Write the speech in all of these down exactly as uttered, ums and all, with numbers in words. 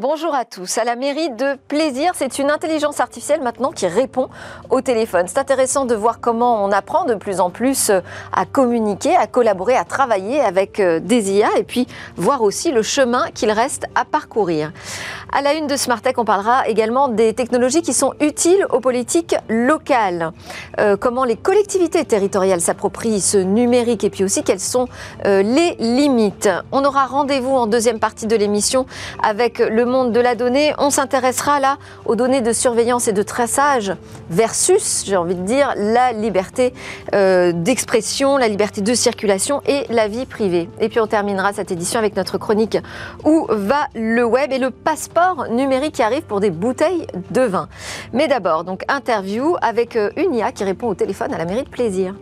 Bonjour à tous. À la mairie de Plaisir, c'est une intelligence artificielle maintenant qui répond au téléphone. C'est intéressant de voir comment on apprend de plus en plus à communiquer, à collaborer, à travailler avec des I A et puis voir aussi le chemin qu'il reste à parcourir. À la une de Smartech, on parlera également des technologies qui sont utiles aux politiques locales. Euh, comment les collectivités territoriales s'approprient ce numérique et puis aussi quelles sont euh, les limites. On aura rendez-vous en deuxième partie de l'émission avec le monde de la donnée. On s'intéressera là aux données de surveillance et de traçage versus, j'ai envie de dire, la liberté euh, d'expression, la liberté de circulation et la vie privée. Et puis on terminera cette édition avec notre chronique Où va le web et le passeport numérique qui arrive pour des bouteilles de vin. Mais d'abord, donc interview avec une I A qui répond au téléphone à la mairie de Plaisir.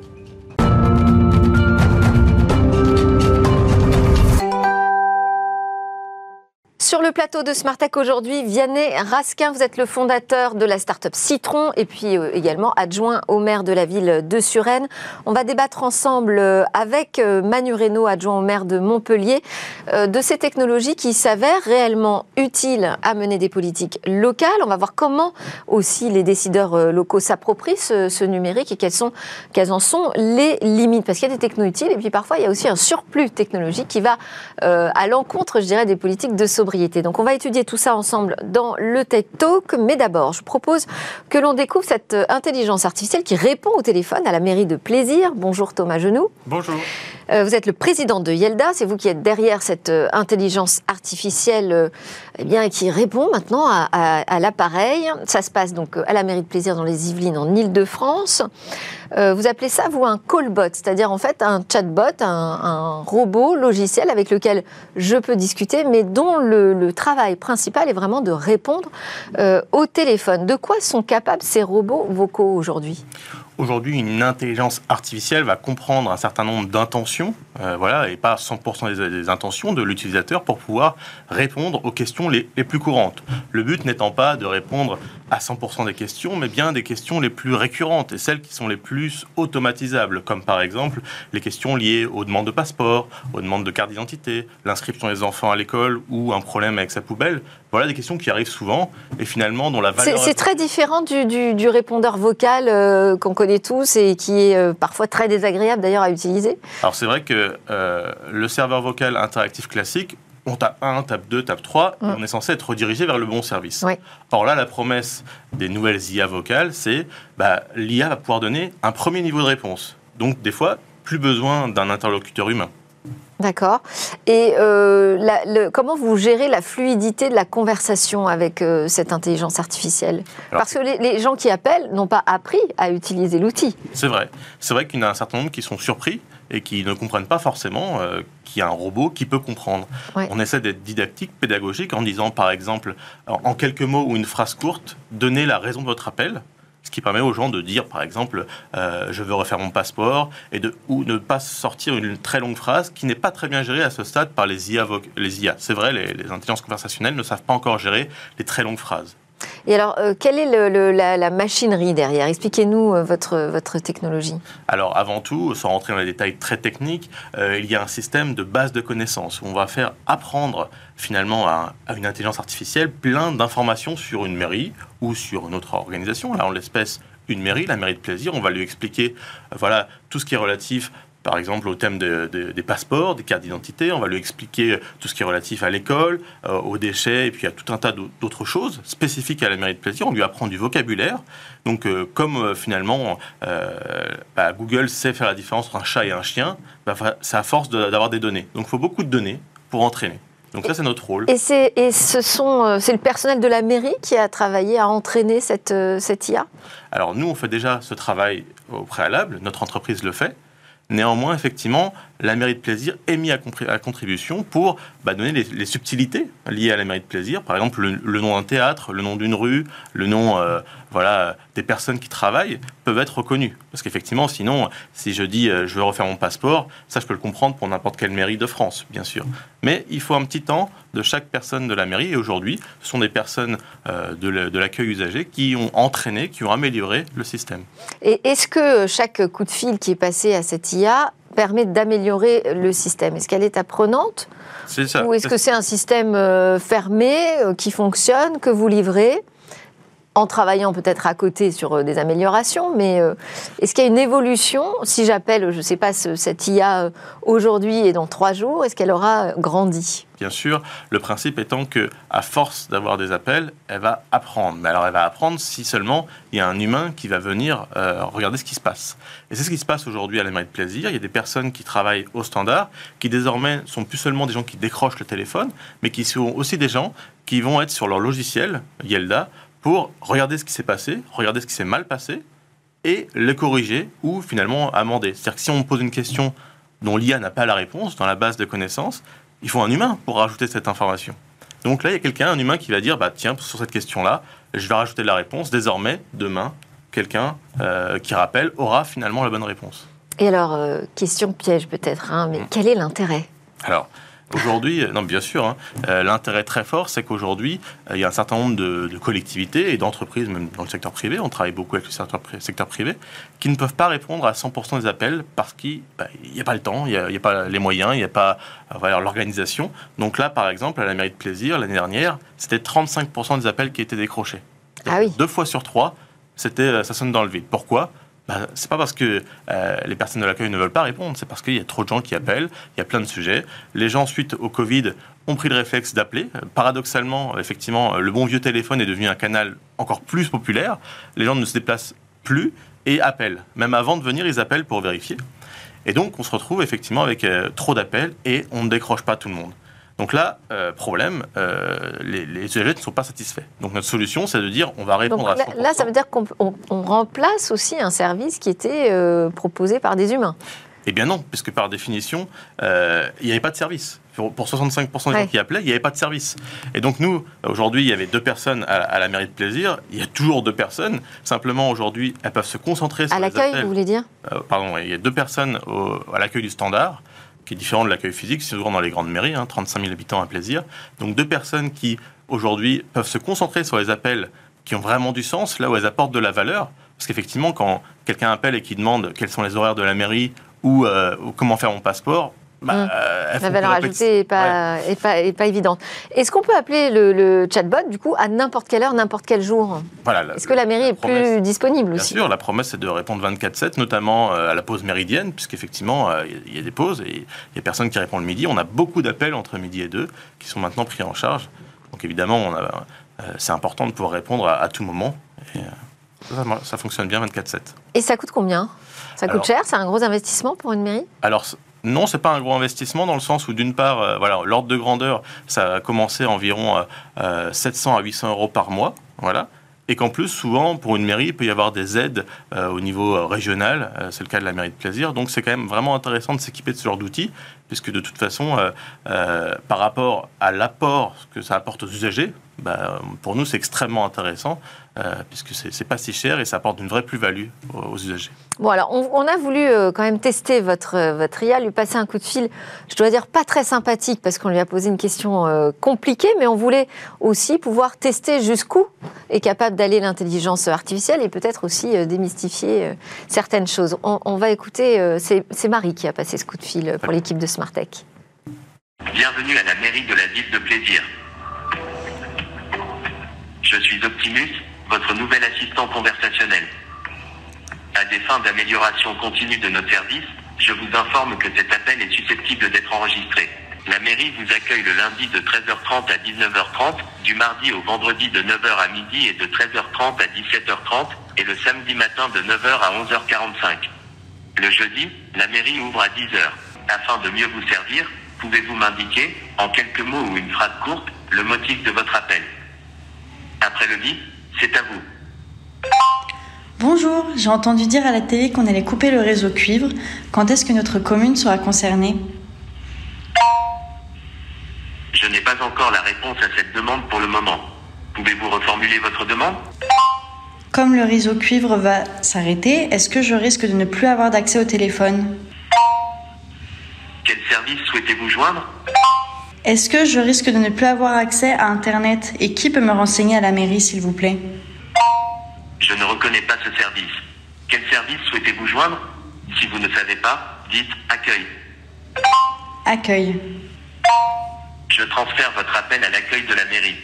Sur le plateau de Smartech aujourd'hui, Vianney Raskin, vous êtes le fondateur de la start-up Citron et puis euh, également adjoint au maire de la ville de Suresnes. On va débattre ensemble euh, avec euh, Manu Reynaud, adjoint au maire de Montpellier, euh, de ces technologies qui s'avèrent réellement utiles à mener des politiques locales. On va voir comment aussi les décideurs euh, locaux s'approprient ce, ce numérique et quelles, sont, quelles en sont les limites. Parce qu'il y a des technos utiles et puis parfois il y a aussi un surplus technologique qui va euh, à l'encontre, je dirais, des politiques de sobriété. Donc on va étudier tout ça ensemble dans le Tech Talk, mais d'abord je propose que l'on découvre cette intelligence artificielle qui répond au téléphone à la mairie de Plaisir. Bonjour Thomas Genoux. Bonjour. Euh, vous êtes le président de Yelda, c'est vous qui êtes derrière cette euh, intelligence artificielle euh, eh bien, qui répond maintenant à, à, à l'appareil. Ça se passe donc à la mairie de Plaisir dans les Yvelines en Île-de-France. Euh, vous appelez ça, vous, un callbot, c'est-à-dire en fait un chatbot, un, un robot logiciel avec lequel je peux discuter, mais dont le, le travail principal est vraiment de répondre euh, au téléphone. De quoi sont capables ces robots vocaux aujourd'hui ? Aujourd'hui, une intelligence artificielle va comprendre un certain nombre d'intentions, euh, voilà, et pas cent pour cent des, des intentions de l'utilisateur pour pouvoir répondre aux questions les, les plus courantes. Le but n'étant pas de répondre à cent pour cent des questions, mais bien des questions les plus récurrentes et celles qui sont les plus automatisables, comme par exemple les questions liées aux demandes de passeport, aux demandes de carte d'identité, l'inscription des enfants à l'école ou un problème avec sa poubelle. Voilà des questions qui arrivent souvent et finalement dont la valeur... C'est, c'est très différent du, du, du répondeur vocal euh, qu'on connaît tous et qui est euh, parfois très désagréable d'ailleurs à utiliser. Alors c'est vrai que euh, le serveur vocal interactif classique, on tape un, tape deux, tape trois, mmh. et on est censé être redirigé vers le bon service. Oui. Or là, la promesse des nouvelles I A vocales, c'est bah, l'I A va pouvoir donner un premier niveau de réponse. Donc des fois, plus besoin d'un interlocuteur humain. D'accord. Et euh, la, le, comment vous gérez la fluidité de la conversation avec euh, cette intelligence artificielle ? Alors, parce que les, les gens qui appellent n'ont pas appris à utiliser l'outil. C'est vrai. C'est vrai qu'il y en a un certain nombre qui sont surpris et qui ne comprennent pas forcément euh, qu'il y a un robot qui peut comprendre. Ouais. On essaie d'être didactique, pédagogique, en disant par exemple, en quelques mots ou une phrase courte, donnez la raison de votre appel. Ce qui permet aux gens de dire, par exemple, euh, je veux refaire mon passeport, et de, ou ne pas sortir une très longue phrase qui n'est pas très bien gérée à ce stade par les I A. Les I A. C'est vrai, les, les intelligences conversationnelles ne savent pas encore gérer les très longues phrases. Et alors, euh, quelle est le, le, la, la machinerie derrière ? Expliquez-nous euh, votre, votre technologie. Alors, avant tout, sans rentrer dans les détails très techniques, euh, il y a un système de base de connaissances où on va faire apprendre finalement à, à une intelligence artificielle plein d'informations sur une mairie ou sur une autre organisation. Là, en l'espèce, une mairie, la mairie de Plaisir. On va lui expliquer euh, voilà, tout ce qui est relatif par exemple au thème de, de, des passeports, des cartes d'identité. On va lui expliquer tout ce qui est relatif à l'école, euh, aux déchets, et puis à tout un tas d'autres choses spécifiques à la mairie de Plaisir. On lui apprend du vocabulaire. Donc, euh, comme euh, finalement euh, bah, Google sait faire la différence entre un chat et un chien, bah, c'est à force de, d'avoir des données. Donc, il faut beaucoup de données pour entraîner. Donc ça, c'est notre rôle. Et, c'est, et ce sont, euh, c'est le personnel de la mairie qui a travaillé à entraîner cette, euh, cette I A ? Alors, nous, on fait déjà ce travail au préalable. Notre entreprise le fait. Néanmoins, effectivement, la mairie de Plaisir est mise à, compri- à contribution pour bah, donner les, les subtilités liées à la mairie de Plaisir. Par exemple, le, le nom d'un théâtre, le nom d'une rue, le nom euh, voilà, des personnes qui travaillent peuvent être reconnus. Parce qu'effectivement, sinon, si je dis euh, je veux refaire mon passeport, ça, je peux le comprendre pour n'importe quelle mairie de France, bien sûr. Mais il faut un petit temps de chaque personne de la mairie. Et aujourd'hui, ce sont des personnes euh, de, le, de l'accueil usager qui ont entraîné, qui ont amélioré le système. Et est-ce que chaque coup de fil qui est passé à cette I A permet d'améliorer le système. Est-ce qu'elle est apprenante ? C'est ça. Ou est-ce que c'est un système euh, fermé, euh, qui fonctionne, que vous livrez en travaillant peut-être à côté sur euh, des améliorations, mais euh, est-ce qu'il y a une évolution ? Si j'appelle, je ne sais pas, ce, cette I A euh, aujourd'hui et dans trois jours, est-ce qu'elle aura euh, grandi ? Bien sûr, le principe étant qu'à force d'avoir des appels, elle va apprendre. Mais alors elle va apprendre si seulement il y a un humain qui va venir euh, regarder ce qui se passe. Et c'est ce qui se passe aujourd'hui à la mairie de Plaisir. Il y a des personnes qui travaillent au standard, qui désormais sont plus seulement des gens qui décrochent le téléphone, mais qui sont aussi des gens qui vont être sur leur logiciel, Yelda, pour regarder ce qui s'est passé, regarder ce qui s'est mal passé, et le corriger ou finalement amender. C'est-à-dire que si on pose une question dont l'I A n'a pas la réponse dans la base de connaissances, il faut un humain pour rajouter cette information. Donc là, il y a quelqu'un, un humain qui va dire, bah, tiens, sur cette question-là, je vais rajouter la réponse. Désormais, demain, quelqu'un euh, qui rappelle aura finalement la bonne réponse. Et alors, euh, question piège peut-être, hein, mais mmh. quel est l'intérêt ? Alors, aujourd'hui, non, bien sûr, hein, euh, l'intérêt très fort, c'est qu'aujourd'hui, euh, il y a un certain nombre de, de collectivités et d'entreprises, même dans le secteur privé, on travaille beaucoup avec le secteur, secteur privé, qui ne peuvent pas répondre à cent pour cent des appels parce qu'il bah, n'y a pas le temps, il n'y a, a pas les moyens, il n'y a pas euh, voilà, l'organisation. Donc là, par exemple, à la mairie de Plaisir, l'année dernière, c'était trente-cinq pour cent des appels qui étaient décrochés. Ah oui. Deux fois sur trois, c'était, ça sonne dans le vide. Pourquoi ? Ben, c'est pas parce que euh, les personnes de l'accueil ne veulent pas répondre, c'est parce qu'il y a trop de gens qui appellent, il y a plein de sujets. Les gens, suite au Covid, ont pris le réflexe d'appeler. Paradoxalement, effectivement, le bon vieux téléphone est devenu un canal encore plus populaire. Les gens ne se déplacent plus et appellent. Même avant de venir, ils appellent pour vérifier. Et donc, on se retrouve effectivement avec euh, trop d'appels et on ne décroche pas tout le monde. Donc là, euh, problème, euh, les, les usagers ne sont pas satisfaits. Donc notre solution, c'est de dire, on va répondre Donc, à cent pour cent. Là, ça veut dire qu'on on, on remplace aussi un service qui était euh, proposé par des humains. Eh bien non, puisque par définition, euh, il n'y avait pas de service. Pour, pour soixante-cinq pour cent des ouais. gens qui appelaient, il n'y avait pas de service. Et donc nous, aujourd'hui, il y avait deux personnes à, à la mairie de Plaisir. Il y a toujours deux personnes. Simplement, aujourd'hui, elles peuvent se concentrer sur à les appels. À l'accueil, vous voulez dire euh, Pardon, il y a deux personnes au, à l'accueil du standard, qui est différent de l'accueil physique, c'est souvent dans les grandes mairies, hein, trente-cinq mille habitants à Plaisir. Donc deux personnes qui, aujourd'hui, peuvent se concentrer sur les appels qui ont vraiment du sens, là où elles apportent de la valeur. Parce qu'effectivement, quand quelqu'un appelle et qui demande quels sont les horaires de la mairie ou, euh, ou comment faire mon passeport, bah, mmh. euh, la valeur ajoutée n'est pas, ouais. pas, pas évidente. Est-ce qu'on peut appeler le, le chatbot, du coup, à n'importe quelle heure, n'importe quel jour ? Voilà, la, Est-ce que la mairie la est promesse, plus disponible bien aussi ? Bien sûr, la promesse, c'est de répondre vingt-quatre sept, notamment à la pause méridienne, puisqu'effectivement, il euh, y, y a des pauses et il n'y a personne qui répond le midi. On a beaucoup d'appels entre midi et deux qui sont maintenant pris en charge. Donc évidemment, on a, euh, c'est important de pouvoir répondre à, à tout moment. Et, euh, ça, ça fonctionne bien vingt-quatre sept. Et ça coûte combien ? Ça coûte alors, cher ? C'est un gros investissement pour une mairie ? Alors, non, c'est pas un gros investissement dans le sens où, d'une part, euh, voilà, l'ordre de grandeur, ça a commencé à environ euh, euh, sept cents à huit cents euros par mois, voilà. Et qu'en plus, souvent, pour une mairie, il peut y avoir des aides euh, au niveau euh, régional. Euh, c'est le cas de la mairie de Plaisir. Donc, c'est quand même vraiment intéressant de s'équiper de ce genre d'outils, puisque de toute façon, euh, euh, par rapport à l'apport que ça apporte aux usagers, bah, pour nous, c'est extrêmement intéressant, euh, puisque c'est, c'est pas si cher et ça apporte une vraie plus-value aux, aux usagers. Bon, alors, on, on a voulu euh, quand même tester votre, euh, votre I A, lui passer un coup de fil, je dois dire pas très sympathique, parce qu'on lui a posé une question euh, compliquée, mais on voulait aussi pouvoir tester jusqu'où est capable d'aller l'intelligence artificielle et peut-être aussi euh, démystifier euh, certaines choses. On, on va écouter, euh, c'est, c'est Marie qui a passé ce coup de fil pour l'équipe de Smartech. Bienvenue à la mairie de la ville de Plaisir. Je suis Optimus, votre nouvel assistant conversationnel. À des fins d'amélioration continue de nos services, je vous informe que cet appel est susceptible d'être enregistré. La mairie vous accueille le lundi de treize heures trente à dix-neuf heures trente, du mardi au vendredi de neuf heures à midi et de treize heures trente à dix-sept heures trente, et le samedi matin de neuf heures à onze heures quarante-cinq. Le jeudi, la mairie ouvre à dix heures. Afin de mieux vous servir, pouvez-vous m'indiquer, en quelques mots ou une phrase courte, le motif de votre appel ? Après le bip, c'est à vous. Bonjour, j'ai entendu dire à la télé qu'on allait couper le réseau cuivre. Quand est-ce que notre commune sera concernée ? Je n'ai pas encore la réponse à cette demande pour le moment. Pouvez-vous reformuler votre demande ? Comme le réseau cuivre va s'arrêter, est-ce que je risque de ne plus avoir d'accès au téléphone ? Quel service souhaitez-vous joindre ? Est-ce que je risque de ne plus avoir accès à Internet ? Et qui peut me renseigner à la mairie, s'il vous plaît ? Je ne reconnais pas ce service. Quel service souhaitez-vous joindre ? Si vous ne savez pas, dites accueil. Accueil. Je transfère votre appel à l'accueil de la mairie.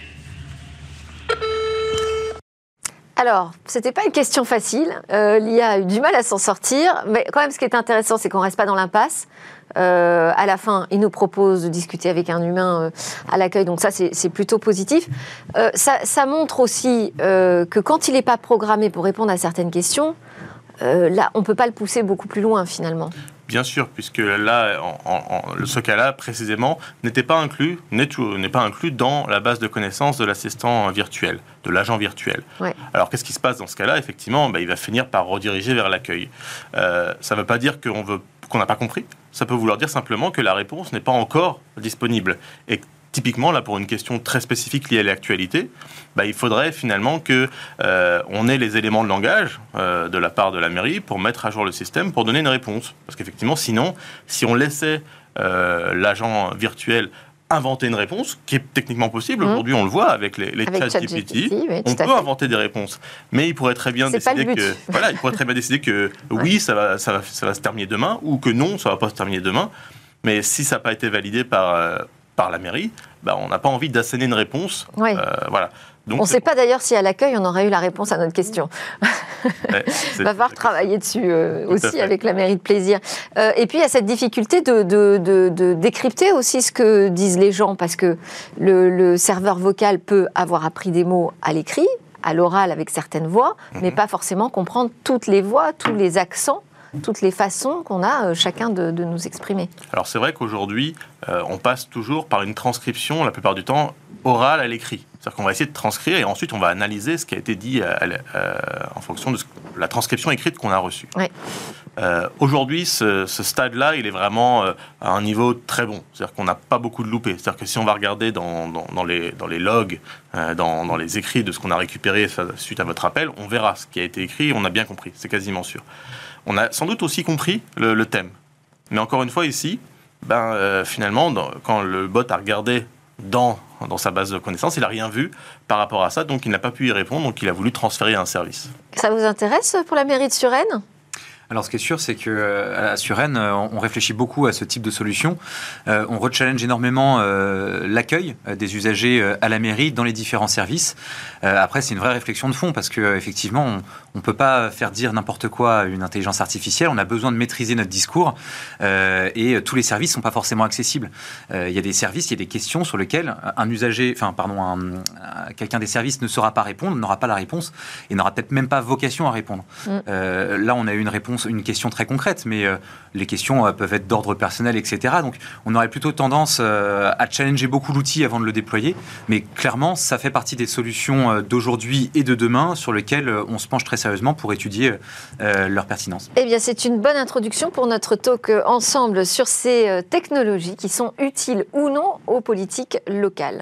Alors, c'était pas une question facile. Euh, L'I A a eu du mal à s'en sortir. Mais quand même, ce qui est intéressant, c'est qu'on reste pas dans l'impasse. Euh, à la fin, il nous propose de discuter avec un humain euh, à l'accueil. Donc ça, c'est, c'est plutôt positif. Euh, ça, ça montre aussi euh, que quand il n'est pas programmé pour répondre à certaines questions, euh, là, on peut pas le pousser beaucoup plus loin, finalement. Bien sûr, puisque là, en, en, en, ce cas-là, précisément, n'était pas inclus, n'est, n'est pas inclus dans la base de connaissances de l'assistant virtuel, de l'agent virtuel. Ouais. Alors, qu'est-ce qui se passe dans ce cas-là ? Effectivement, bah, il va finir par rediriger vers l'accueil. Euh, ça ne veut pas dire qu'on veut, qu'on n'a pas compris. Ça peut vouloir dire simplement que la réponse n'est pas encore disponible. Et typiquement, là, pour une question très spécifique liée à l'actualité, bah, il faudrait finalement qu'on euh, ait les éléments de langage euh, de la part de la mairie pour mettre à jour le système, pour donner une réponse. Parce qu'effectivement, sinon, si on laissait euh, l'agent virtuel inventer une réponse, qui est techniquement possible, mmh. aujourd'hui on le voit avec les, les chats G P T, oui, on peut fait. inventer des réponses. Mais il pourrait très bien C'est décider que, voilà, il pourrait très bien décider que ouais. oui, ça va, ça va, ça va se terminer demain, ou que non, ça va pas se terminer demain. Mais si ça n'a pas été validé par euh, par la mairie, bah, on n'a pas envie d'asséner une réponse. Oui. Euh, voilà. Donc, on ne sait pas d'ailleurs si à l'accueil, on aurait eu la réponse à notre question. Ouais, il va falloir travailler dessus euh, aussi avec la mairie de Plaisir. Euh, et puis, il y a cette difficulté de, de, de, de décrypter aussi ce que disent les gens, parce que le, le serveur vocal peut avoir appris des mots à l'écrit, à l'oral avec certaines voix, mm-hmm. mais pas forcément comprendre toutes les voix, tous les accents, toutes les façons qu'on a euh, chacun de, de nous exprimer. Alors c'est vrai qu'aujourd'hui, euh, on passe toujours par une transcription, la plupart du temps, orale à l'écrit. C'est-à-dire qu'on va essayer de transcrire et ensuite on va analyser ce qui a été dit à, à, à, en fonction de ce, la transcription écrite qu'on a reçue. Oui. Euh, aujourd'hui, ce, ce stade-là, il est vraiment euh, à un niveau très bon. C'est-à-dire qu'on n'a pas beaucoup de loupés. C'est-à-dire que si on va regarder dans, dans, dans, les, dans les logs, euh, dans, dans les écrits de ce qu'on a récupéré suite à votre appel, on verra ce qui a été écrit, on a bien compris, c'est quasiment sûr. On a sans doute aussi compris le, le thème. Mais encore une fois, ici, ben, euh, finalement, dans, quand le bot a regardé dans, dans sa base de connaissances, il n'a rien vu par rapport à ça, donc il n'a pas pu y répondre, donc il a voulu transférer un service. Ça vous intéresse pour la mairie de Suresnes ? Alors, ce qui est sûr, c'est qu'à Suresnes, on réfléchit beaucoup à ce type de solution. Euh, on rechallenge énormément euh, l'accueil des usagers à la mairie dans les différents services. Euh, après, c'est une vraie réflexion de fond parce qu'effectivement, on ne peut pas faire dire n'importe quoi à une intelligence artificielle. On a besoin de maîtriser notre discours euh, et tous les services ne sont pas forcément accessibles. Euh, il y a des services, il y a des questions sur lesquelles un usager, enfin, pardon, un, un, quelqu'un des services ne saura pas répondre, n'aura pas la réponse et n'aura peut-être même pas vocation à répondre. Mmh. Euh, là, on a eu une réponse une question très concrète, mais euh, les questions euh, peuvent être d'ordre personnel, et cetera. Donc, on aurait plutôt tendance euh, à challenger beaucoup l'outil avant de le déployer. Mais clairement, ça fait partie des solutions euh, d'aujourd'hui et de demain sur lesquelles euh, on se penche très sérieusement pour étudier euh, leur pertinence. Eh bien, c'est une bonne introduction pour notre talk euh, ensemble sur ces euh, technologies qui sont utiles ou non aux politiques locales.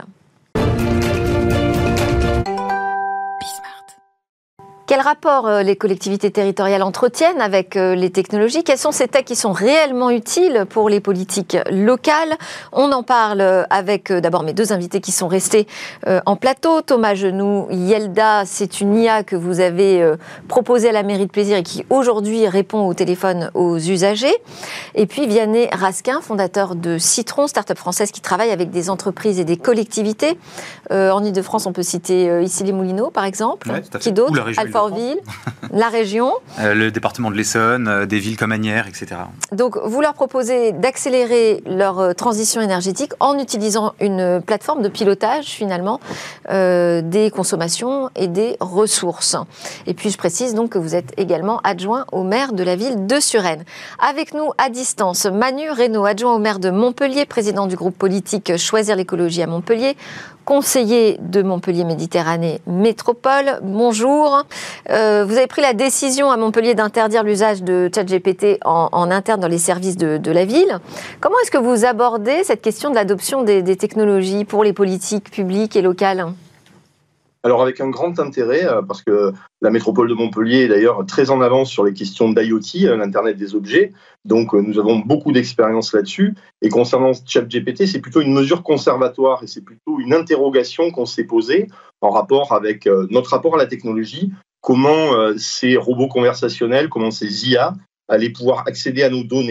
Quel rapport euh, les collectivités territoriales entretiennent avec euh, les technologies ? Quelles sont ces techs qui sont réellement utiles pour les politiques locales ? On en parle avec euh, d'abord mes deux invités qui sont restés euh, en plateau. Thomas Genoux, Yelda, c'est une I A que vous avez euh, proposée à la mairie de Plaisir et qui aujourd'hui répond au téléphone aux usagers. Et puis Vianney Raskin, fondateur de Citron, start-up française qui travaille avec des entreprises et des collectivités. Euh, en Ile-de-France, on peut citer euh, Issy-les-Moulineaux par exemple. Ouais, qui d'autres ? Alfortville, la région. Euh, le département de l'Essonne, euh, des villes comme Asnières, et cetera. Donc, vous leur proposez d'accélérer leur euh, transition énergétique en utilisant une plateforme de pilotage, finalement, euh, des consommations et des ressources. Et puis, je précise donc que vous êtes également adjoint au maire de la ville de Suresnes. Avec nous, à distance, Manu Reynaud, adjoint au maire de Montpellier, président du groupe politique Choisir l'écologie à Montpellier, conseiller de Montpellier Méditerranée Métropole. Bonjour. Euh, vous avez pris la décision à Montpellier d'interdire l'usage de ChatGPT en, en interne dans les services de, de la ville. Comment est-ce que vous abordez cette question de l'adoption des, des technologies pour les politiques publiques et locales ? Alors avec un grand intérêt, parce que la métropole de Montpellier est d'ailleurs très en avance sur les questions d'IoT, l'Internet des objets, donc nous avons beaucoup d'expérience là-dessus. Et concernant ChatGPT, c'est plutôt une mesure conservatoire et c'est plutôt une interrogation qu'on s'est posée en rapport avec notre rapport à la technologie, comment ces robots conversationnels, comment ces I A allaient pouvoir accéder à nos données,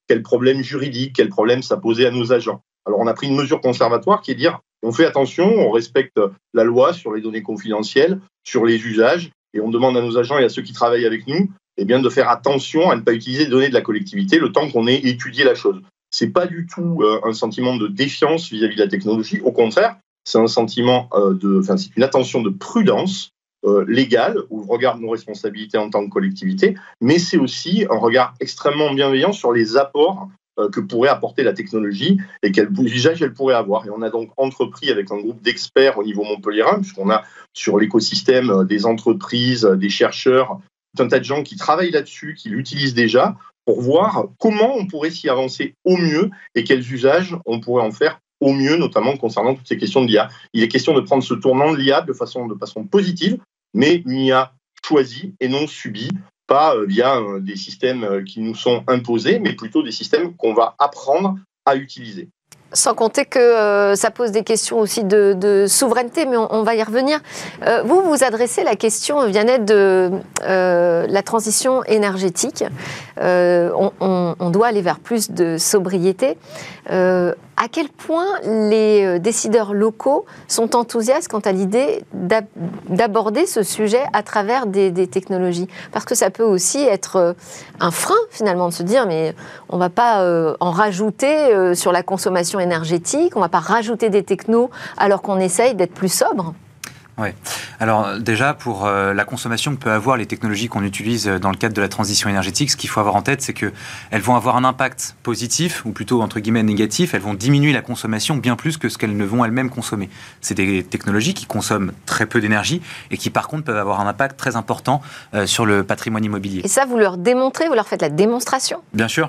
quels problèmes juridiques, quels problèmes ça posait à nos agents. Alors on a pris une mesure conservatoire qui est de dire on fait attention, on respecte la loi sur les données confidentielles, sur les usages, et on demande à nos agents et à ceux qui travaillent avec nous eh bien, de faire attention à ne pas utiliser les données de la collectivité le temps qu'on ait étudié la chose. Ce n'est pas du tout euh, un sentiment de défiance vis-à-vis de la technologie, au contraire, c'est un sentiment euh, de, enfin, c'est une attention de prudence euh, légale où on regarde nos responsabilités en tant que collectivité, mais c'est aussi un regard extrêmement bienveillant sur les apports euh, que pourrait apporter la technologie et quel usage elle pourrait avoir. Et on a donc entrepris avec un groupe d'experts au niveau montpelliérain, puisqu'on a sur l'écosystème euh, des entreprises, euh, des chercheurs, tout un tas de gens qui travaillent là-dessus, qui l'utilisent déjà, pour voir comment on pourrait s'y avancer au mieux et quels usages on pourrait en faire au mieux, notamment concernant toutes ces questions de l'I A. Il est question de prendre ce tournant de l'I A de façon, de façon positive, mais une I A choisie et non subie, pas via des systèmes qui nous sont imposés, mais plutôt des systèmes qu'on va apprendre à utiliser. Sans compter que euh, ça pose des questions aussi de, de souveraineté, mais on, on va y revenir. Euh, vous, vous adressez la question, Vianney, de euh, la transition énergétique. Euh, on, on, on doit aller vers plus de sobriété. Euh, à quel point les décideurs locaux sont enthousiastes quant à l'idée d'aborder ce sujet à travers des, des technologies? Parce que ça peut aussi être un frein, finalement, de se dire mais on ne va pas euh, en rajouter euh, sur la consommation énergétique, on ne va pas rajouter des technos alors qu'on essaye d'être plus sobre. Oui. Alors déjà, pour euh, la consommation que peuvent avoir les technologies qu'on utilise dans le cadre de la transition énergétique, ce qu'il faut avoir en tête, c'est qu'elles vont avoir un impact positif, ou plutôt entre guillemets négatif. Elles vont diminuer la consommation bien plus que ce qu'elles ne vont elles-mêmes consommer. C'est des technologies qui consomment très peu d'énergie et qui par contre peuvent avoir un impact très important euh, sur le patrimoine immobilier. Et ça, vous leur démontrez, vous leur faites la démonstration? Bien sûr.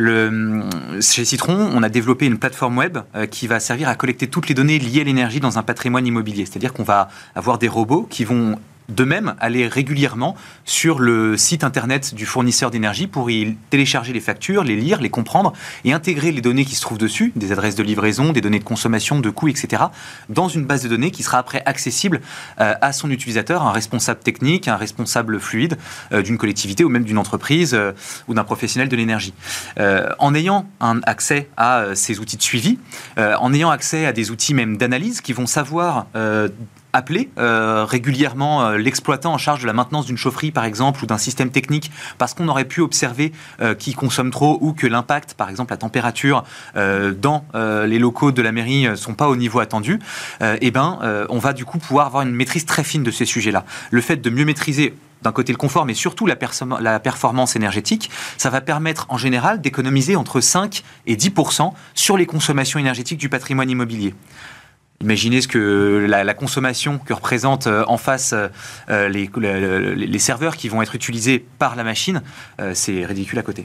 Le, chez Citron, on a développé une plateforme web euh, qui va servir à collecter toutes les données liées à l'énergie dans un patrimoine immobilier. C'est-à-dire qu'on va avoir des robots qui vont d'eux-mêmes aller régulièrement sur le site internet du fournisseur d'énergie pour y télécharger les factures, les lire, les comprendre et intégrer les données qui se trouvent dessus, des adresses de livraison, des données de consommation, de coûts, et cetera, dans une base de données qui sera après accessible euh, à son utilisateur, un responsable technique, un responsable fluide euh, d'une collectivité ou même d'une entreprise euh, ou d'un professionnel de l'énergie. Euh, en ayant un accès à euh, ces outils de suivi, euh, en ayant accès à des outils même d'analyse qui vont savoir euh, appeler euh, régulièrement euh, l'exploitant en charge de la maintenance d'une chaufferie, par exemple, ou d'un système technique, parce qu'on aurait pu observer euh, qu'il consomme trop ou que l'impact, par exemple, la température euh, dans euh, les locaux de la mairie ne sont pas au niveau attendu, euh, eh ben, euh, on va du coup pouvoir avoir une maîtrise très fine de ces sujets-là. Le fait de mieux maîtriser d'un côté le confort, mais surtout la, perso- la performance énergétique, ça va permettre en général d'économiser entre cinq et dix pour cent sur les consommations énergétiques du patrimoine immobilier. Imaginez ce que la, la consommation que représentent euh, en face euh, les, les, les serveurs qui vont être utilisés par la machine, euh, c'est ridicule à côté.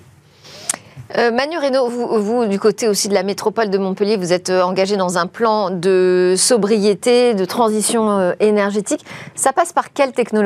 Euh, Manu Reynaud, vous, vous, du côté aussi de la métropole de Montpellier, vous êtes engagé dans un plan de sobriété, de transition euh, énergétique. Ça passe par quelle technologie ?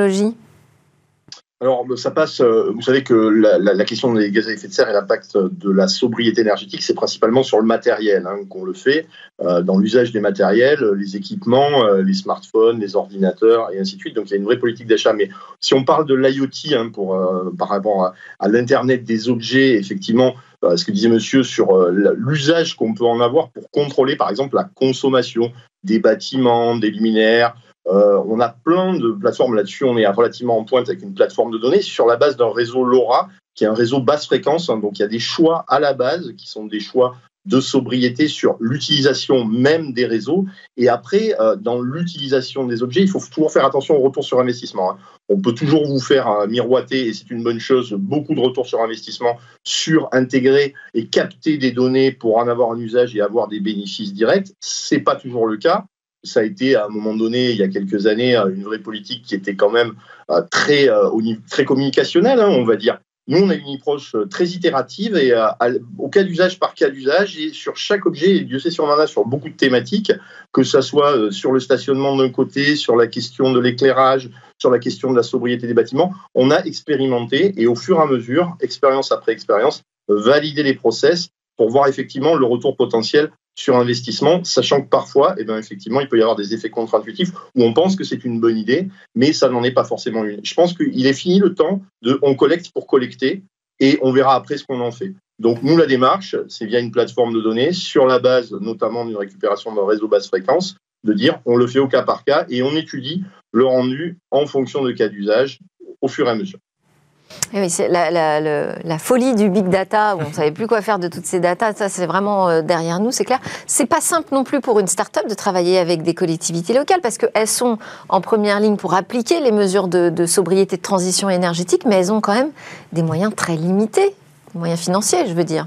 Alors, ça passe, vous savez que la, la, la question des gaz à effet de serre et l'impact de la sobriété énergétique, c'est principalement sur le matériel hein, qu'on le fait, euh, dans l'usage des matériels, les équipements, euh, les smartphones, les ordinateurs et ainsi de suite. Donc, il y a une vraie politique d'achat. Mais si on parle de l'IoT hein, pour, euh, par rapport à, à l'Internet des objets, effectivement, euh, ce que disait monsieur sur euh, l'usage qu'on peut en avoir pour contrôler, par exemple, la consommation des bâtiments, des luminaires. Euh, on a plein de plateformes là-dessus, on est relativement en pointe avec une plateforme de données sur la base d'un réseau LoRa, qui est un réseau basse fréquence, hein, donc il y a des choix à la base qui sont des choix de sobriété sur l'utilisation même des réseaux, et après, euh, dans l'utilisation des objets, il faut toujours faire attention au retour sur investissement. Hein. On peut toujours vous faire euh, miroiter, et c'est une bonne chose, beaucoup de retour sur investissement sur intégrer et capter des données pour en avoir un usage et avoir des bénéfices directs, c'est pas toujours le cas. Ça a été à un moment donné, il y a quelques années, une vraie politique qui était quand même très, très communicationnelle, hein, on va dire. Nous, on a une approche très itérative et à, à, au cas d'usage par cas d'usage et sur chaque objet, et Dieu sait si on en a sur beaucoup de thématiques, que ce soit sur le stationnement d'un côté, sur la question de l'éclairage, sur la question de la sobriété des bâtiments, on a expérimenté et au fur et à mesure, expérience après expérience, valider les process pour voir effectivement le retour potentiel sur investissement, sachant que parfois, eh bien, effectivement, il peut y avoir des effets contre-intuitifs où on pense que c'est une bonne idée, mais ça n'en est pas forcément une. Je pense qu'il est fini le temps de « on collecte pour collecter ». et on verra après ce qu'on en fait. Donc nous, la démarche, c'est via une plateforme de données, sur la base notamment d'une récupération d'un réseau basse fréquence, de dire on le fait au cas par cas et on étudie le rendu en fonction de cas d'usage au fur et à mesure. Et oui, c'est la, la, la, la folie du big data, où on ne savait plus quoi faire de toutes ces datas, ça c'est vraiment euh, derrière nous, c'est clair. C'est pas simple non plus pour une start-up de travailler avec des collectivités locales, parce qu'elles sont en première ligne pour appliquer les mesures de, de sobriété, de transition énergétique, mais elles ont quand même des moyens très limités, des moyens financiers, je veux dire.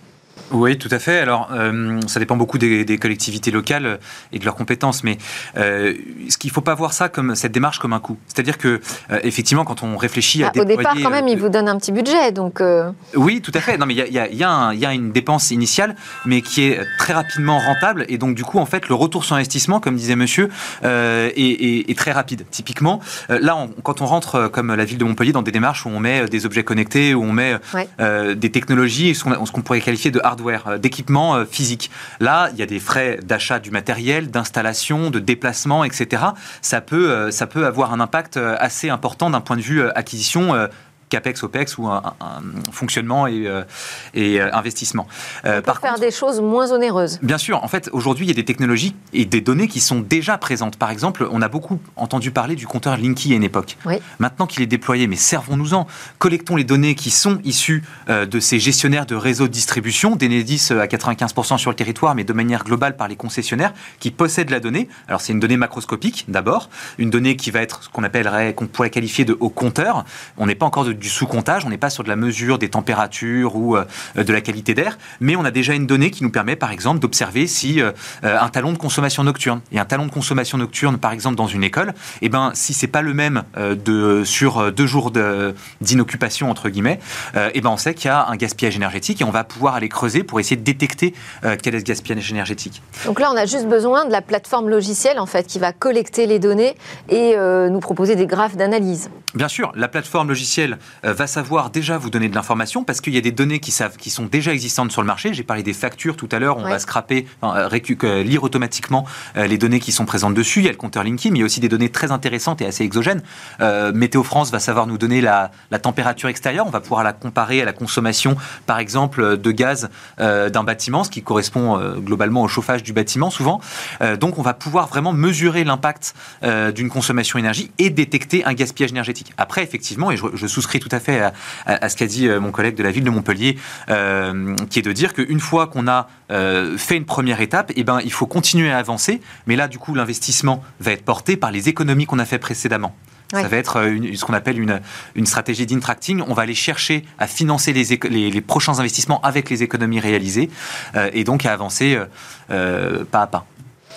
Oui, tout à fait. Alors, euh, ça dépend beaucoup des, des collectivités locales et de leurs compétences, mais euh, ce qu'il ne faut pas voir ça comme cette démarche comme un coût. C'est-à-dire que, euh, effectivement, quand on réfléchit à ah, déployer... Au départ, quand même, euh, ils vous donnent un petit budget, donc... Euh... Oui, tout à fait. Non, mais il y a, y, a un, y a une dépense initiale, mais qui est très rapidement rentable, et donc, du coup, en fait, le retour sur investissement, comme disait monsieur, euh, est, est, est très rapide. Typiquement, euh, là, on, quand on rentre, comme la ville de Montpellier, dans des démarches où on met des objets connectés, où on met ouais. euh, des technologies, ce qu'on, ce qu'on pourrait qualifier de hardware, d'équipement euh, physique. Là, il y a des frais d'achat du matériel, d'installation, de déplacement, et cetera. Ça peut, euh, ça peut avoir un impact assez important d'un point de vue euh, acquisition euh, CAPEX, OPEX ou un, un, un fonctionnement et, euh, et euh, investissement. Euh, pour par faire contre, des choses moins onéreuses. Bien sûr. En fait, aujourd'hui, il y a des technologies et des données qui sont déjà présentes. Par exemple, on a beaucoup entendu parler du compteur Linky à une époque. Oui. Maintenant qu'il est déployé, mais servons-nous-en. Collectons les données qui sont issues euh, de ces gestionnaires de réseaux de distribution, d'Enedis à quatre-vingt-quinze pour cent sur le territoire, mais de manière globale par les concessionnaires qui possèdent la donnée. Alors, c'est une donnée macroscopique, d'abord. Une donnée qui va être ce qu'on appellerait, qu'on pourrait qualifier de haut compteur. On n'est pas encore de du sous-comptage, on n'est pas sur de la mesure des températures ou euh, de la qualité d'air, mais on a déjà une donnée qui nous permet, par exemple, d'observer si euh, un talon de consommation nocturne. Et un talon de consommation nocturne, par exemple, dans une école, eh ben, si c'est pas le même euh, de, sur deux jours de, d'inoccupation, entre guillemets, euh, eh ben, on sait qu'il y a un gaspillage énergétique et on va pouvoir aller creuser pour essayer de détecter euh, quel est ce gaspillage énergétique. Donc là, on a juste besoin de la plateforme logicielle, en fait, qui va collecter les données et euh, nous proposer des graphes d'analyse. Bien sûr, la plateforme logicielle va savoir déjà vous donner de l'information parce qu'il y a des données qui, savent, qui sont déjà existantes sur le marché. J'ai parlé des factures tout à l'heure. On oui. va scraper, enfin, récu- lire automatiquement euh, les données qui sont présentes dessus. Il y a le compteur Linky, mais il y a aussi des données très intéressantes et assez exogènes. Euh, Météo France va savoir nous donner la, la température extérieure. On va pouvoir la comparer à la consommation, par exemple, de gaz euh, d'un bâtiment, ce qui correspond euh, globalement au chauffage du bâtiment, souvent. Euh, donc, on va pouvoir vraiment mesurer l'impact euh, d'une consommation énergie et détecter un gaspillage énergétique. Après, effectivement, et je, je souscris tout à fait à, à, à ce qu'a dit mon collègue de la ville de Montpellier, euh, qui est de dire qu'une fois qu'on a euh, fait une première étape, eh ben, il faut continuer à avancer, mais là, du coup, l'investissement va être porté par les économies qu'on a fait précédemment. Ouais. Ça va être une, ce qu'on appelle une, une stratégie d'intracting. On va aller chercher à financer les, éco- les, les prochains investissements avec les économies réalisées euh, et donc à avancer euh, pas à pas.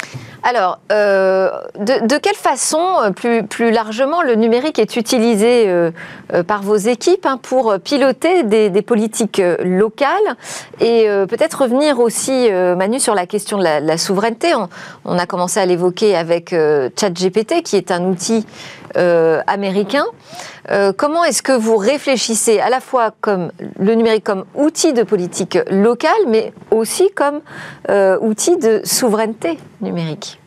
Alors, euh, de, de quelle façon, plus, plus largement, le numérique est utilisé euh, euh, par vos équipes hein, pour piloter des, des politiques locales et euh, peut-être revenir aussi, euh, Manu, sur la question de la, la souveraineté. On, on a commencé à l'évoquer avec euh, ChatGPT, qui est un outil euh, américain. Euh, comment est-ce que vous réfléchissez à la fois comme le numérique comme outil de politique locale, mais aussi comme euh, outil de souveraineté numérique?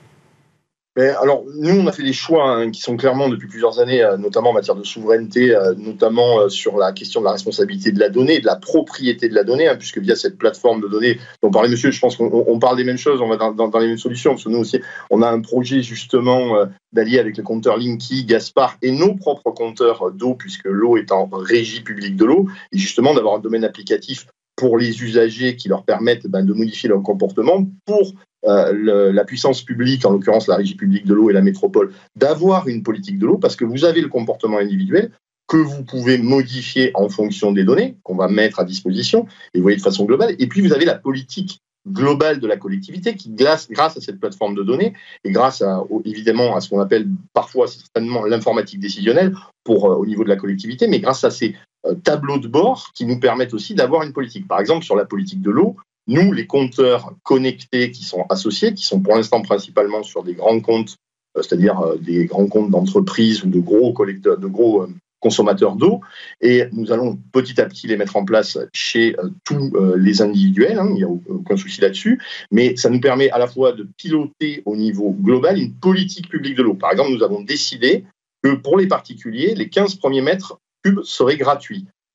Mais alors, nous, on a fait des choix hein, qui sont clairement depuis plusieurs années, euh, notamment en matière de souveraineté, euh, notamment euh, sur la question de la responsabilité de la donnée, de la propriété de la donnée, hein, puisque via cette plateforme de données dont parlait monsieur, je pense qu'on on parle des mêmes choses, on va dans, dans, dans les mêmes solutions, parce que nous aussi, on a un projet justement euh, d'allier avec le compteur Linky, Gaspard et nos propres compteurs d'eau, puisque l'eau est en régie publique de l'eau, et justement d'avoir un domaine applicatif pour les usagers qui leur permettent ben, de modifier leur comportement, pour euh, le, la puissance publique, en l'occurrence la régie publique de l'eau et la métropole, d'avoir une politique de l'eau, parce que vous avez le comportement individuel que vous pouvez modifier en fonction des données qu'on va mettre à disposition, et vous voyez de façon globale, et puis vous avez la politique globale de la collectivité qui, grâce à cette plateforme de données et grâce à, évidemment à ce qu'on appelle parfois certainement l'informatique décisionnelle pour, euh, au niveau de la collectivité, mais grâce à ces euh, tableaux de bord qui nous permettent aussi d'avoir une politique. Par exemple, sur la politique de l'eau, nous, les compteurs connectés qui sont associés, qui sont pour l'instant principalement sur des grands comptes, euh, c'est-à-dire euh, des grands comptes d'entreprises ou de gros collecteurs, de gros euh, consommateurs d'eau, et nous allons petit à petit les mettre en place chez euh, tous euh, les individuels, hein, il n'y a aucun souci là-dessus, mais ça nous permet à la fois de piloter au niveau global une politique publique de l'eau. Par exemple, nous avons décidé que pour les particuliers, les quinze premiers mètres cubes seraient gratuits.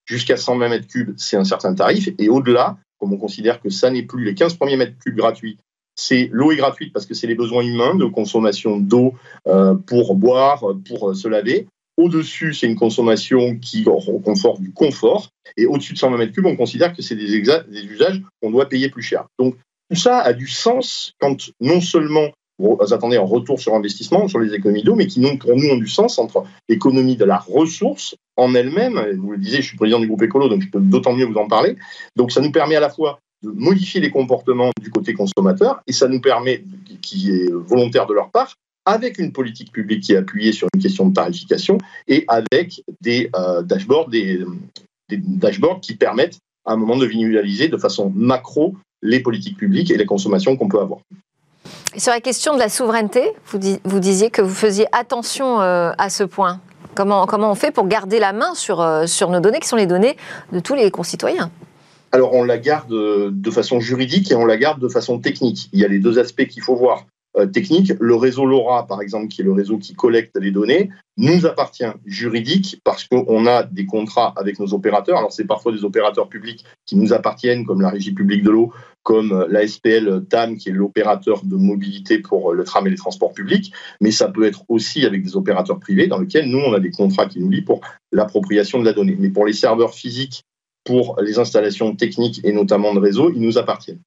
jusqu'à cent vingt mètres cubes, c'est un certain tarif, et au-delà, comme on considère que ça n'est plus les quinze premiers mètres cubes gratuits, c'est l'eau est gratuite parce que c'est les besoins humains de consommation d'eau euh, pour boire, pour euh, se laver. Au-dessus, c'est une consommation qui conforte du confort. Et au-dessus de cent vingt mètres cubes, on considère que c'est des, exa- des usages qu'on doit payer plus cher. Donc, tout ça a du sens quand non seulement vous attendez un retour sur investissement, sur les économies d'eau, mais qui, pour nous, ont du sens entre l'économie de la ressource en elle-même. Vous le disiez, je suis président du groupe Écolo, donc je peux d'autant mieux vous en parler. Donc, ça nous permet à la fois de modifier les comportements du côté consommateur, et ça nous permet, qui est volontaire de leur part, avec une politique publique qui est appuyée sur une question de tarification et avec des euh, dashboards, des, des dashboards qui permettent à un moment de visualiser de façon macro les politiques publiques et les consommations qu'on peut avoir. Et sur la question de la souveraineté, vous, dis, vous disiez que vous faisiez attention euh, à ce point. Comment, comment on fait pour garder la main sur, euh, sur nos données, qui sont les données de tous les concitoyens ? Alors, on la garde de façon juridique et on la garde de façon technique. Il y a les deux aspects qu'il faut voir. Euh, technique, le réseau LoRa, par exemple, qui est le réseau qui collecte les données, nous appartient juridique parce qu'on a des contrats avec nos opérateurs. Alors, c'est parfois des opérateurs publics qui nous appartiennent, comme la Régie publique de l'eau, comme l'A S P L T A M, qui est l'opérateur de mobilité pour le tram et les transports publics. Mais ça peut être aussi avec des opérateurs privés dans lesquels nous, on a des contrats qui nous lient pour l'appropriation de la donnée. Mais pour les serveurs physiques, pour les installations techniques et notamment de réseau, ils nous appartiennent.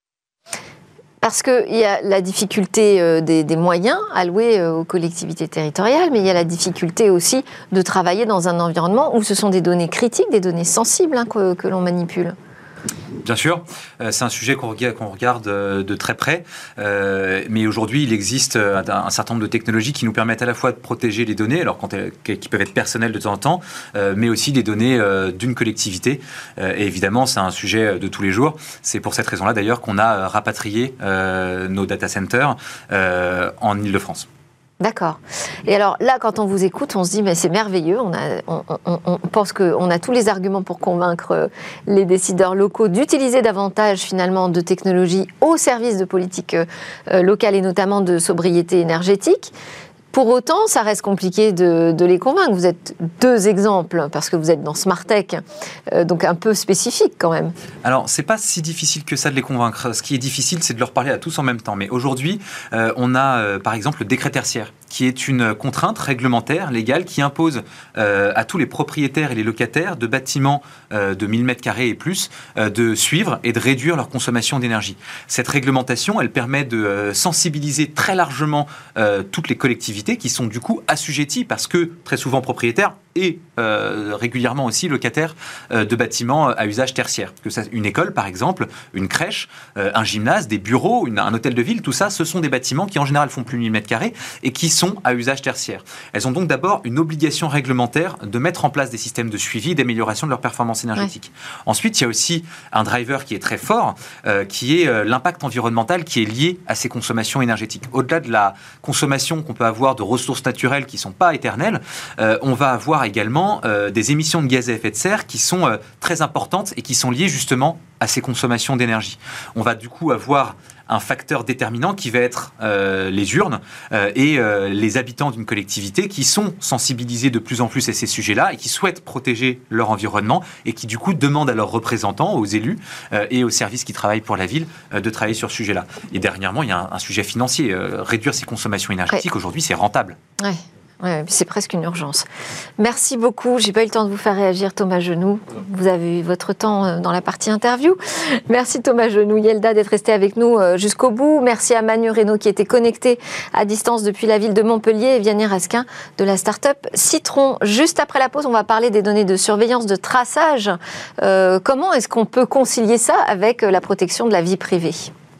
Parce qu'il y a la difficulté des, des moyens alloués aux collectivités territoriales, mais il y a la difficulté aussi de travailler dans un environnement où ce sont des données critiques, des données sensibles hein, que, que l'on manipule. Bien sûr, euh, c'est un sujet qu'on regarde, qu'on regarde euh, de très près, euh, mais aujourd'hui il existe un, un certain nombre de technologies qui nous permettent à la fois de protéger les données, alors quand elles, qui peuvent être personnelles de temps en temps, euh, mais aussi les données euh, d'une collectivité. Euh, et évidemment, c'est un sujet de tous les jours. C'est pour cette raison-là d'ailleurs qu'on a rapatrié euh, nos data centers euh, en Île-de-France. D'accord. Et alors là, quand on vous écoute, on se dit mais c'est merveilleux. On, a, on, on, on pense qu'on a tous les arguments pour convaincre les décideurs locaux d'utiliser davantage finalement de technologies au service de politiques euh, locales et notamment de sobriété énergétique. Pour autant, ça reste compliqué de, de les convaincre. Vous êtes deux exemples, parce que vous êtes dans Smartech, euh, donc un peu spécifique quand même. Alors, c'est pas si difficile que ça de les convaincre. Ce qui est difficile, c'est de leur parler à tous en même temps. Mais aujourd'hui, euh, on a euh, par exemple le décret tertiaire, qui est une contrainte réglementaire, légale, qui impose euh, à tous les propriétaires et les locataires de bâtiments euh, de mille mètres carrés et plus euh, de suivre et de réduire leur consommation d'énergie. Cette réglementation, elle permet de euh, sensibiliser très largement euh, toutes les collectivités qui sont du coup assujettis parce que très souvent propriétaires et euh, régulièrement aussi locataires euh, de bâtiments à usage tertiaire. Que ça, une école par exemple, une crèche, euh, un gymnase, des bureaux, une, un hôtel de ville, tout ça, ce sont des bâtiments qui en général font plus de mille mètres carrés et qui sont à usage tertiaire. Elles ont donc d'abord une obligation réglementaire de mettre en place des systèmes de suivi et d'amélioration de leur performance énergétique. Ouais. Ensuite, il y a aussi un driver qui est très fort, euh, qui est euh, l'impact environnemental qui est lié à ces consommations énergétiques. Au-delà de la consommation qu'on peut avoir de ressources naturelles qui ne sont pas éternelles, euh, on va avoir également euh, des émissions de gaz à effet de serre qui sont euh, très importantes et qui sont liées justement à ces consommations d'énergie. On va du coup avoir un facteur déterminant qui va être euh, les urnes euh, et euh, les habitants d'une collectivité qui sont sensibilisés de plus en plus à ces sujets-là et qui souhaitent protéger leur environnement et qui du coup demandent à leurs représentants, aux élus euh, et aux services qui travaillent pour la ville euh, de travailler sur ce sujet-là. Et dernièrement, il y a un, un sujet financier. Euh, réduire ces consommations énergétiques, ouais. Aujourd'hui, c'est rentable. Ouais. Ouais, c'est presque une urgence. Merci beaucoup. J'ai pas eu le temps de vous faire réagir, Thomas Genoux. Vous avez eu votre temps dans la partie interview. Merci Thomas Genoux, Yelda, d'être resté avec nous jusqu'au bout. Merci à Manu Reynaud qui était connecté à distance depuis la ville de Montpellier et Vianney Raskin de la start-up Citron. Juste après la pause, on va parler des données de surveillance, de traçage. Euh, comment est-ce qu'on peut concilier ça avec la protection de la vie privée ?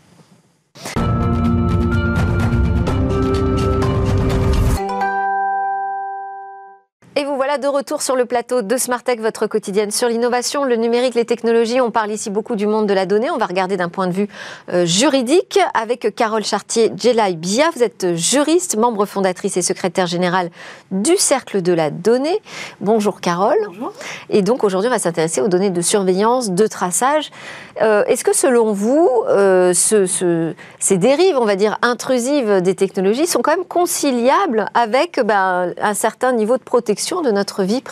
Et vous voilà de retour sur le plateau de Smartech, votre quotidienne sur l'innovation, le numérique, les technologies. On parle ici beaucoup du monde de la donnée. On va regarder d'un point de vue euh, juridique avec Carole Chartier-Djelaï-Bia. Vous êtes juriste, membre fondatrice et secrétaire générale du Cercle de la Donnée. Bonjour Carole. Bonjour. Et donc aujourd'hui, on va s'intéresser aux données de surveillance, de traçage. Euh, est-ce que selon vous, euh, ce, ce, ces dérives, on va dire, intrusives des technologies sont quand même conciliables avec ben, un certain niveau de protection de notre vie privée ?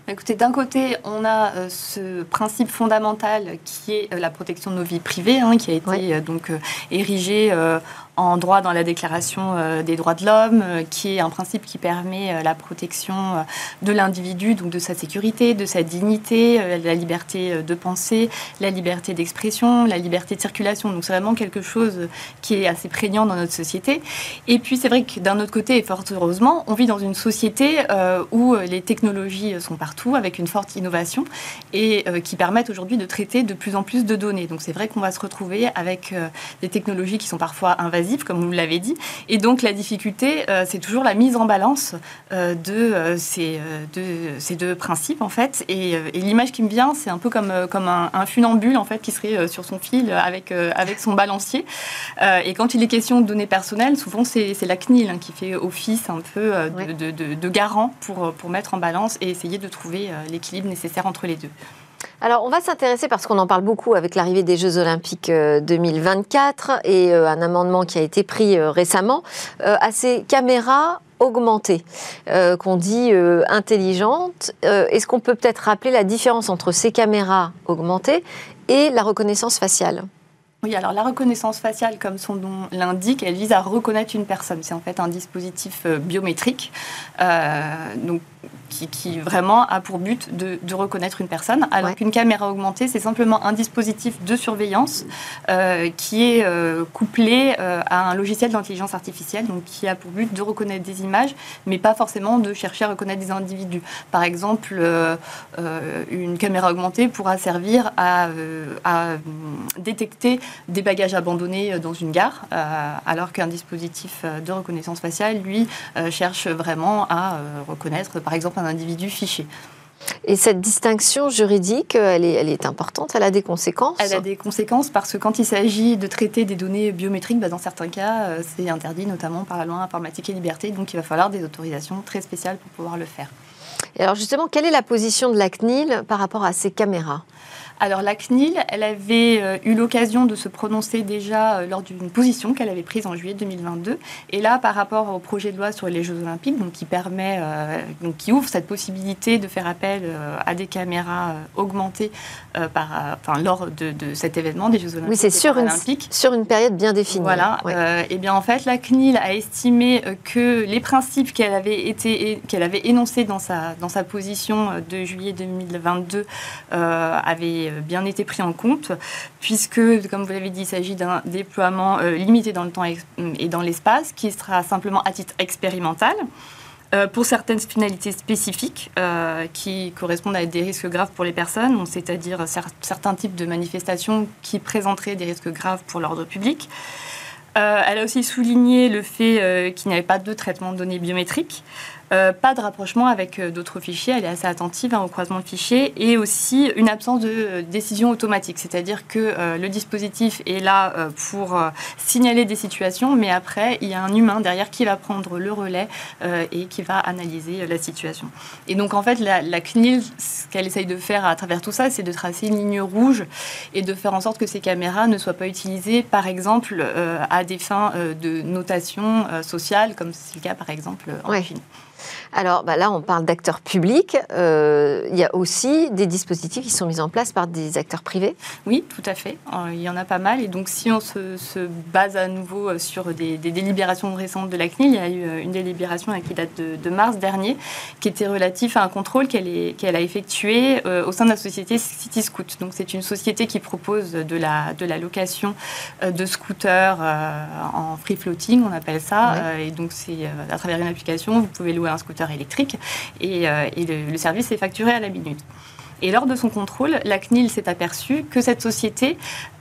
Écoutez, d'un côté, on a euh, ce principe fondamental qui est euh, la protection de nos vies privées, hein, qui a été oui. euh, donc euh, érigé euh, en droit dans la Déclaration euh, des droits de l'homme, euh, qui est un principe qui permet euh, la protection euh, de l'individu, donc de sa sécurité, de sa dignité, euh, la liberté de pensée, la liberté d'expression, la liberté de circulation. Donc c'est vraiment quelque chose qui est assez prégnant dans notre société. Et puis c'est vrai que d'un autre côté, et fort heureusement, on vit dans une société euh, où les technologies sont partout, avec une forte innovation, et euh, qui permettent aujourd'hui de traiter de plus en plus de données. Donc c'est vrai qu'on va se retrouver avec euh, des technologies qui sont parfois invasives, comme vous l'avez dit. Et donc, la difficulté, euh, c'est toujours la mise en balance euh, de, euh, ces, euh, de ces deux principes, en fait. Et, euh, et l'image qui me vient, c'est un peu comme, euh, comme un, un funambule, en fait, qui serait euh, sur son fil avec, euh, avec son balancier. Euh, et quand il est question de données personnelles, souvent, c'est, c'est la C N I L hein, qui fait office un peu euh, de, oui. de, de, de garant pour, pour mettre en balance et essayer de trouver euh, l'équilibre nécessaire entre les deux. Alors, on va s'intéresser, parce qu'on en parle beaucoup avec l'arrivée des Jeux Olympiques deux mille vingt-quatre et euh, un amendement qui a été pris euh, récemment, euh, à ces caméras augmentées, euh, qu'on dit euh, intelligentes. Euh, est-ce qu'on peut peut-être rappeler la différence entre ces caméras augmentées et la reconnaissance faciale ? Oui, alors la reconnaissance faciale, comme son nom l'indique, elle vise à reconnaître une personne. C'est en fait un dispositif euh, biométrique, euh, donc Qui, qui vraiment a pour but de, de reconnaître une personne, alors ouais. qu'une caméra augmentée, c'est simplement un dispositif de surveillance euh, qui est euh, couplé euh, à un logiciel d'intelligence artificielle, donc qui a pour but de reconnaître des images, mais pas forcément de chercher à reconnaître des individus. Par exemple, euh, euh, une caméra augmentée pourra servir à, euh, à détecter des bagages abandonnés dans une gare, euh, alors qu'un dispositif de reconnaissance faciale, lui, euh, cherche vraiment à euh, reconnaître, par exemple, un individu fiché. Et cette distinction juridique, elle est, elle est importante, elle a des conséquences ? Elle a des conséquences parce que quand il s'agit de traiter des données biométriques, bah dans certains cas, euh, c'est interdit, notamment par la loi informatique et liberté, donc il va falloir des autorisations très spéciales pour pouvoir le faire. Et alors justement, quelle est la position de la C N I L par rapport à ces caméras ? Alors la C N I L, elle avait euh, eu l'occasion de se prononcer déjà euh, lors d'une position qu'elle avait prise en juillet deux mille vingt-deux. Et là, par rapport au projet de loi sur les Jeux Olympiques, donc qui permet, euh, donc qui ouvre cette possibilité de faire appel euh, à des caméras euh, augmentées euh, par, euh, enfin, lors de, de cet événement des Jeux Olympiques. Oui, c'est sur une, sur une période bien définie. Voilà. Ouais. Euh, et bien en fait, la C N I L a estimé euh, que les principes qu'elle avait été, qu'elle avait énoncés dans sa dans sa position de juillet deux mille vingt-deux euh, avaient bien été pris en compte, puisque, comme vous l'avez dit, il s'agit d'un déploiement euh, limité dans le temps et dans l'espace, qui sera simplement à titre expérimental, euh, pour certaines finalités spécifiques euh, qui correspondent à des risques graves pour les personnes, c'est-à-dire cer- certains types de manifestations qui présenteraient des risques graves pour l'ordre public. Euh, elle a aussi souligné le fait euh, qu'il n'y avait pas de traitement de données biométriques, euh, pas de rapprochement avec euh, d'autres fichiers, elle est assez attentive hein, au croisement de fichiers, et aussi une absence de euh, décision automatique, c'est-à-dire que euh, le dispositif est là euh, pour euh, signaler des situations, mais après, il y a un humain derrière qui va prendre le relais euh, et qui va analyser euh, la situation. Et donc, en fait, la, la C N I L, ce qu'elle essaye de faire à travers tout ça, c'est de tracer une ligne rouge et de faire en sorte que ces caméras ne soient pas utilisées, par exemple, euh, à des fins euh, de notation euh, sociale, comme c'est le cas, par exemple, en ouais. Chine. Alors bah là, on parle d'acteurs publics. Euh, il y a aussi des dispositifs qui sont mis en place par des acteurs privés. Oui, tout à fait. Euh, il y en a pas mal. Et donc, si on se, se base à nouveau sur des, des délibérations récentes de la C N I L, il y a eu une délibération qui date de, de mars dernier, qui était relative à un contrôle qu'elle, est, qu'elle a effectué euh, au sein de la société Cityscoot. Donc, c'est une société qui propose de la, de la location euh, de scooters euh, en free floating, on appelle ça. Ouais. Euh, et donc, c'est euh, à travers une application, vous pouvez louer un scooter électrique et, euh, et le, le service est facturé à la minute. Et lors de son contrôle, la C N I L s'est aperçue que cette société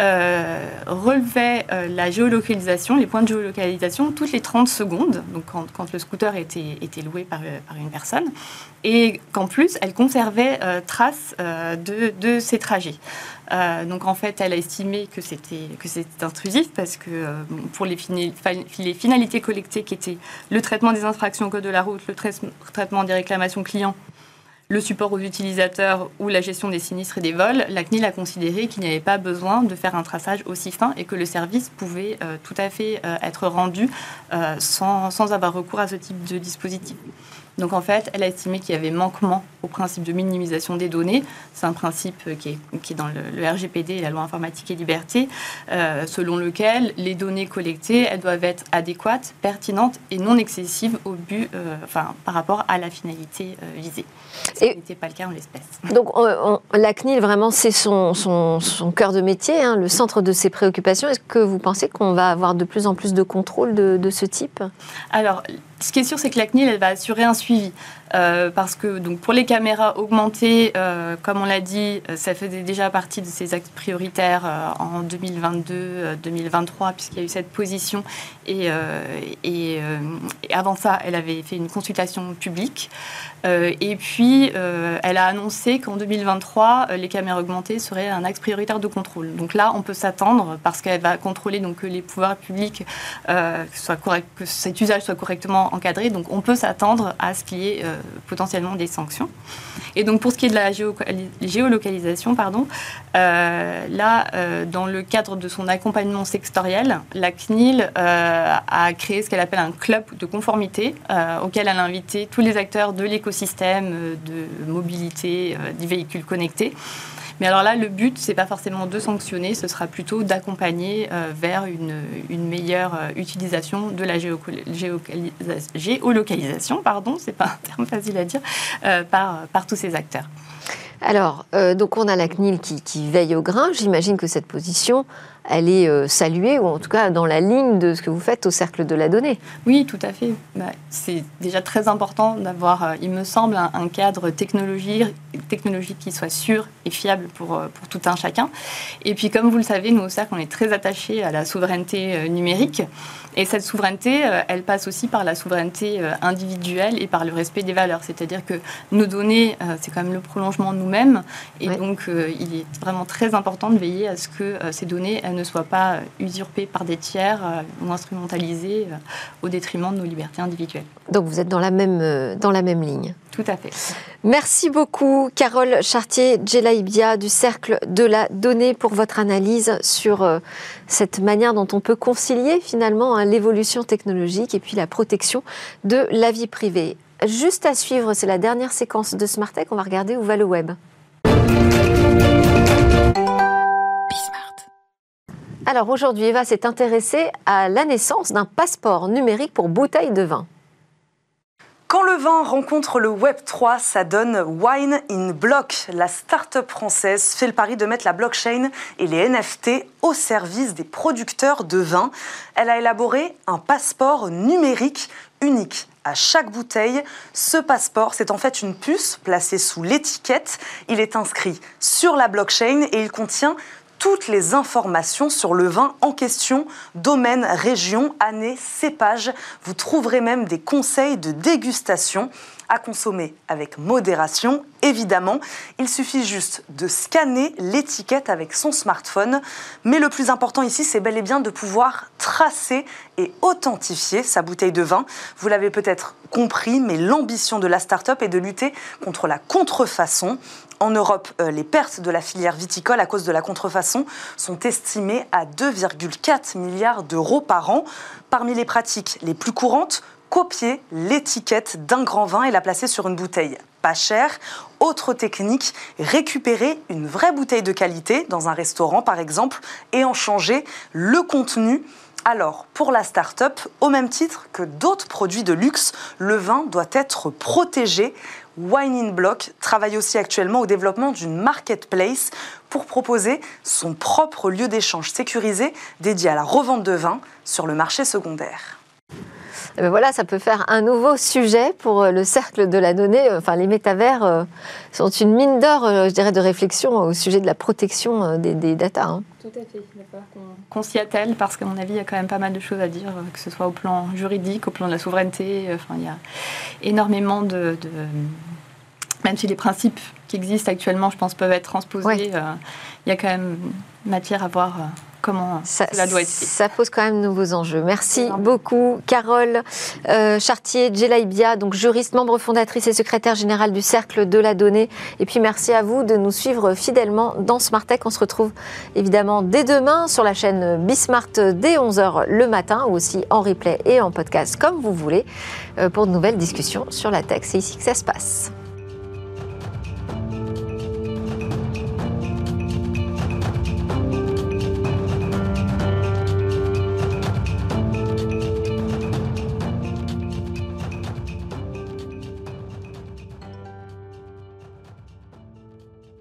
euh, relevait euh, la géolocalisation, les points de géolocalisation, toutes les trente secondes, donc quand, quand le scooter était, était loué par, par une personne, et qu'en plus, elle conservait euh, trace euh, de, de ses trajets. Euh, donc en fait, elle a estimé que c'était, que c'était intrusif parce que euh, pour les, fini, les finalités collectées qui étaient le traitement des infractions au code de la route, le trai- traitement des réclamations clients, le support aux utilisateurs ou la gestion des sinistres et des vols, la C N I L a considéré qu'il n'y avait pas besoin de faire un traçage aussi fin et que le service pouvait euh, tout à fait euh, être rendu euh, sans, sans avoir recours à ce type de dispositif. Donc en fait, elle a estimé qu'il y avait manquement au principe de minimisation des données. C'est un principe qui est, qui est dans le, le R G P D, la loi informatique et liberté, euh, selon lequel les données collectées, elles doivent être adéquates, pertinentes et non excessives au but, euh, enfin, par rapport à la finalité euh, visée. Ce qui n'était pas le cas en l'espèce. Donc on, on, la C N I L, vraiment, c'est son, son, son cœur de métier, hein, le centre de ses préoccupations. Est-ce que vous pensez qu'on va avoir de plus en plus de contrôle de, de ce type ? Alors, ce qui est sûr, c'est que la C N I L, elle va assurer un suivi. Euh, parce que donc, pour les caméras augmentées, euh, comme on l'a dit, ça faisait déjà partie de ses axes prioritaires euh, en deux mille vingt-deux deux mille vingt-trois, puisqu'il y a eu cette position. Et, euh, et, euh, et avant ça, elle avait fait une consultation publique. Euh, et puis, euh, elle a annoncé qu'en deux mille vingt-trois, les caméras augmentées seraient un axe prioritaire de contrôle. Donc là, on peut s'attendre, parce qu'elle va contrôler donc, que les pouvoirs publics, euh, que, soit correct, que cet usage soit correctement encadré. Donc on peut s'attendre à ce qu'il y ait euh, potentiellement des sanctions. Et donc pour ce qui est de la géo- géolocalisation, pardon, euh, là, euh, dans le cadre de son accompagnement sectoriel, la C N I L euh, a créé ce qu'elle appelle un club de conformité, euh, auquel elle a invité tous les acteurs de l'écosystème euh, de mobilité euh, des véhicules connectés. Mais alors là, le but, c'est pas forcément de sanctionner, ce sera plutôt d'accompagner euh, vers une, une meilleure euh, utilisation de la géo- géocalisa- géolocalisation, pardon, c'est pas un terme facile à dire, euh, par, par tous ces acteurs. Alors, euh, donc on a la C N I L qui, qui veille au grain. J'imagine que cette position, elle est euh, saluée, ou en tout cas dans la ligne de ce que vous faites au Cercle de la Donnée. Oui, tout à fait. Bah, c'est déjà très important d'avoir, euh, il me semble, un, un cadre technologique, technologique qui soit sûr et fiable pour, euh, pour tout un chacun. Et puis, comme vous le savez, nous, au Cercle, on est très attachés à la souveraineté euh, numérique. Et cette souveraineté, euh, elle passe aussi par la souveraineté euh, individuelle et par le respect des valeurs. C'est-à-dire que nos données, euh, c'est quand même le prolongement de nous-mêmes. Et oui. donc, euh, il est vraiment très important de veiller à ce que euh, ces données elles ne soient pas usurpées par des tiers euh, ou instrumentalisées euh, au détriment de nos libertés individuelles. Donc, vous êtes dans la même, euh, dans la même ligne. Tout à fait. Merci beaucoup, Carole Chartier-Djelaïbia du Cercle de la Donnée, pour votre analyse sur euh, cette manière dont on peut concilier finalement hein, l'évolution technologique et puis la protection de la vie privée. Juste à suivre, c'est la dernière séquence de Smart Tech. On va regarder où va le web. Alors aujourd'hui, Eva s'est intéressée à la naissance d'un passeport numérique pour bouteilles de vin. Quand le vin rencontre le web trois, ça donne Wine in Block. La start-up française fait le pari de mettre la blockchain et les N F T au service des producteurs de vin. Elle a élaboré un passeport numérique unique à chaque bouteille. Ce passeport, c'est en fait une puce placée sous l'étiquette. Il est inscrit sur la blockchain et il contient toutes les informations sur le vin en question, domaine, région, année, cépage. Vous trouverez même des conseils de dégustation à consommer avec modération, évidemment. Il suffit juste de scanner l'étiquette avec son smartphone. Mais le plus important ici, c'est bel et bien de pouvoir tracer et authentifier sa bouteille de vin. Vous l'avez peut-être compris, mais l'ambition de la start-up est de lutter contre la contrefaçon. En Europe, euh, les pertes de la filière viticole à cause de la contrefaçon sont estimées à deux virgule quatre milliards d'euros par an. Parmi les pratiques les plus courantes, copier l'étiquette d'un grand vin et la placer sur une bouteille pas chère. Autre technique, récupérer une vraie bouteille de qualité dans un restaurant par exemple et en changer le contenu. Alors, pour la start-up, au même titre que d'autres produits de luxe, le vin doit être protégé. Wine in Block travaille aussi actuellement au développement d'une marketplace pour proposer son propre lieu d'échange sécurisé dédié à la revente de vin sur le marché secondaire. Et ben voilà, ça peut faire un nouveau sujet pour le Cercle de la Donnée. Enfin, les métavers euh, sont une mine d'or, euh, je dirais, de réflexion au sujet de la protection euh, des, des data. Hein. Tout à fait. Il va falloir qu'on, qu'on s'y attelle parce qu'à mon avis, il y a quand même pas mal de choses à dire, que ce soit au plan juridique, au plan de la souveraineté. Enfin, il y a énormément de... de... Même si les principes qui existent actuellement, je pense, peuvent être transposés, ouais. euh, il y a quand même matière à voir... Euh, comment ça, cela doit être fait. Ça pose quand même de nouveaux enjeux. Merci beaucoup, Carole euh, Chartier-Djelaïbia, donc juriste, membre fondatrice et secrétaire générale du Cercle de la Donnée. Et puis merci à vous de nous suivre fidèlement dans Smart Tech. On se retrouve évidemment dès demain sur la chaîne Bismart dès onze heures le matin, ou aussi en replay et en podcast comme vous voulez, pour de nouvelles discussions sur la tech. C'est ici que ça se passe.